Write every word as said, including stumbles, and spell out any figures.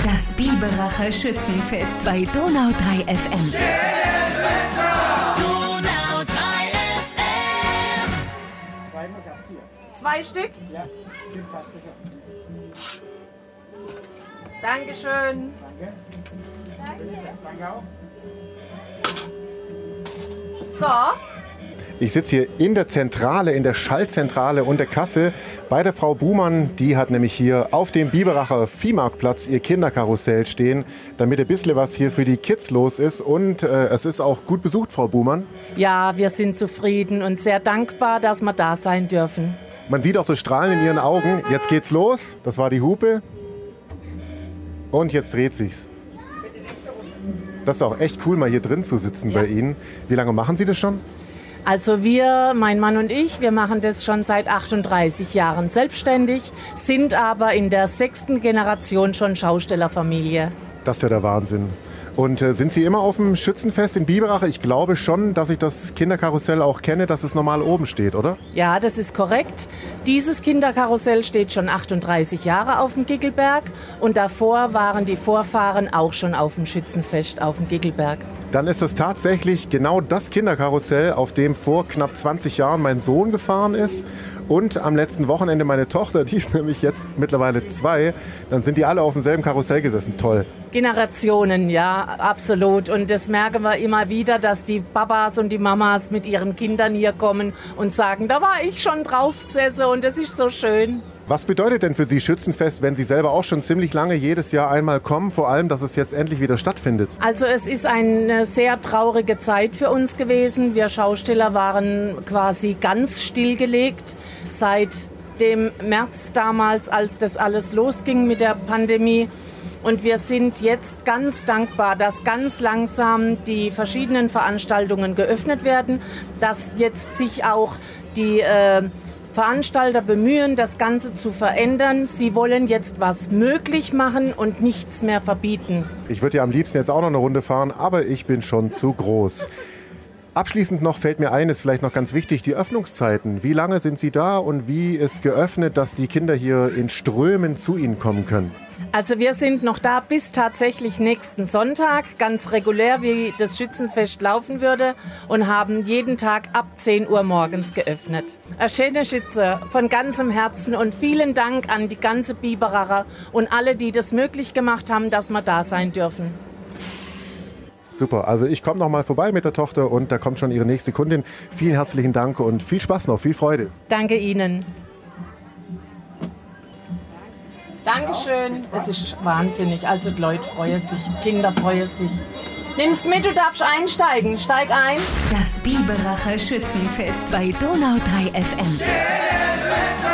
Das Biberacher Schützenfest bei Donau drei F M. Donau drei F M. Zwei Stück? Ja. Dankeschön. Danke. Danke auch. So. Ich sitze hier in der Zentrale, in der Schaltzentrale und der Kasse bei der Frau Buhmann. Die hat nämlich hier auf dem Biberacher Viehmarktplatz ihr Kinderkarussell stehen, damit ein bisschen was hier für die Kids los ist. Und äh, es ist auch gut besucht, Frau Buhmann. Ja, wir sind zufrieden und sehr dankbar, dass wir da sein dürfen. Man sieht auch das Strahlen in ihren Augen. Jetzt geht's los. Das war die Hupe. Und jetzt dreht sich's. Das ist auch echt cool, mal hier drin zu sitzen ja. bei Ihnen. Wie lange machen Sie das schon? Also wir, mein Mann und ich, wir machen das schon seit achtunddreißig Jahren selbstständig, sind aber in der sechsten Generation schon Schaustellerfamilie. Das ist ja der Wahnsinn. Und äh, sind Sie immer auf dem Schützenfest in Biberach? Ich glaube schon, dass ich das Kinderkarussell auch kenne, dass es normal oben steht, oder? Ja, das ist korrekt. Dieses Kinderkarussell steht schon achtunddreißig Jahre auf dem Gickelberg und davor waren die Vorfahren auch schon auf dem Schützenfest auf dem Gickelberg. Dann ist es tatsächlich genau das Kinderkarussell, auf dem vor knapp zwanzig Jahren mein Sohn gefahren ist. Und am letzten Wochenende meine Tochter, die ist nämlich jetzt mittlerweile zwei, dann sind die alle auf demselben Karussell gesessen. Toll. Generationen, ja, absolut. Und das merken wir immer wieder, dass die Papas und die Mamas mit ihren Kindern hier kommen und sagen, da war ich schon drauf gesessen und das ist so schön. Was bedeutet denn für Sie Schützenfest, wenn Sie selber auch schon ziemlich lange jedes Jahr einmal kommen, vor allem, dass es jetzt endlich wieder stattfindet? Also es ist eine sehr traurige Zeit für uns gewesen. Wir Schausteller waren quasi ganz stillgelegt seit dem März damals, als das alles losging mit der Pandemie. Und wir sind jetzt ganz dankbar, dass ganz langsam die verschiedenen Veranstaltungen geöffnet werden, dass jetzt sich auch die äh, Veranstalter bemühen, das Ganze zu verändern. Sie wollen jetzt was möglich machen und nichts mehr verbieten. Ich würde ja am liebsten jetzt auch noch eine Runde fahren, aber ich bin schon zu groß. Abschließend noch fällt mir ein, ist vielleicht noch ganz wichtig, die Öffnungszeiten. Wie lange sind Sie da und wie ist geöffnet, dass die Kinder hier in Strömen zu Ihnen kommen können? Also wir sind noch da bis tatsächlich nächsten Sonntag, ganz regulär, wie das Schützenfest laufen würde und haben jeden Tag ab zehn Uhr morgens geöffnet. Eine schöne Schütze von ganzem Herzen und vielen Dank an die ganze Biberacher und alle, die das möglich gemacht haben, dass wir da sein dürfen. Super, also ich komme noch mal vorbei mit der Tochter und da kommt schon Ihre nächste Kundin. Vielen herzlichen Dank und viel Spaß noch, viel Freude. Danke Ihnen. Dankeschön. Es ist wahnsinnig. Also die Leute freuen sich, die Kinder freuen sich. Nimm's mit, du darfst einsteigen. Steig ein. Das Biberacher Schützenfest bei Donau drei F M.